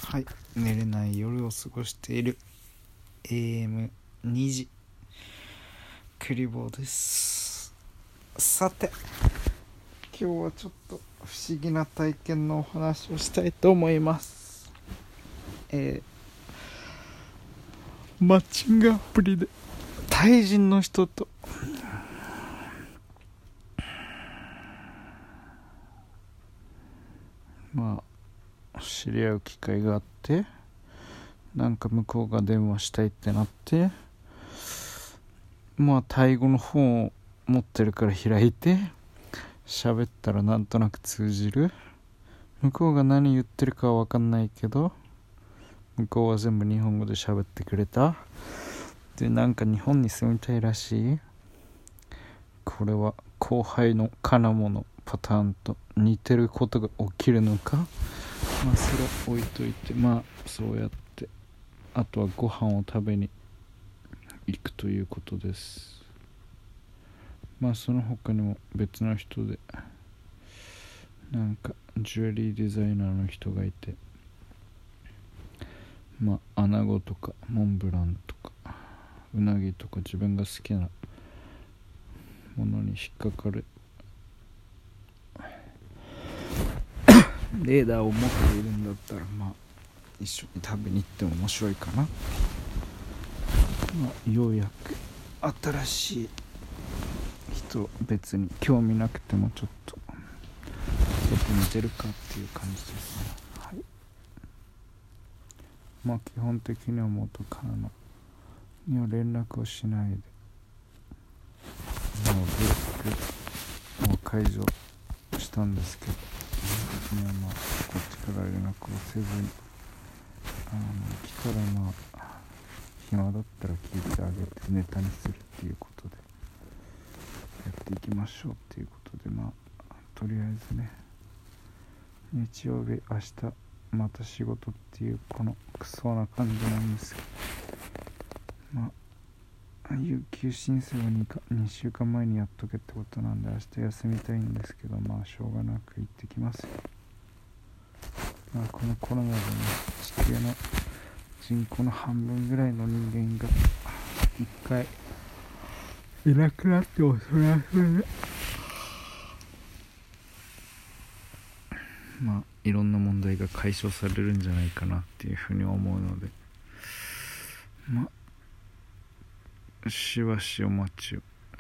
はい、寝れない夜を過ごしている AM2 時クリボーです。さて、今日はちょっと不思議な体験のお話をしたいと思います。マッチングアプリで対人の人と知り合う機会があって、なんか向こうが電話したいってなって、タイ語の本を持ってるから開いて喋ったらなんとなく通じる。向こうが何言ってるかは分かんないけど、向こうは全部日本語で喋ってくれた。で、なんか日本に住みたいらしい。これは後輩の金物パターンと似てることが起きるのか、それ置いといて、そうやってあとはご飯を食べに行くということです。その他にも別の人でなんかジュエリーデザイナーの人がいて、アナゴとかモンブランとかうなぎとか自分が好きなものに引っかかるレーダーを持っているんだったら一緒に食べに行っても面白いかな。ようやく新しい人、別に興味なくてもちょっと似てるかっていう感じですね。基本的には元カノには連絡をしないで、ブロックを解除したんですけど、その時にはこっちから連絡をせずに、来たら暇だったら聞いてあげてネタにするっていうことでやっていきましょうっていうことで、とりあえずね、日曜日明日また仕事っていうこのクソな感じなんですけど、有給申請は2週間前にやっとけってことなんで、明日休みたいんですけど、しょうがなく行ってきますよ。このコロナでね、地球の人口の半分ぐらいの人間が一回いなくなっても、それはそれでいろんな問題が解消されるんじゃないかなっていうふうに思うので、しばしお待ちを。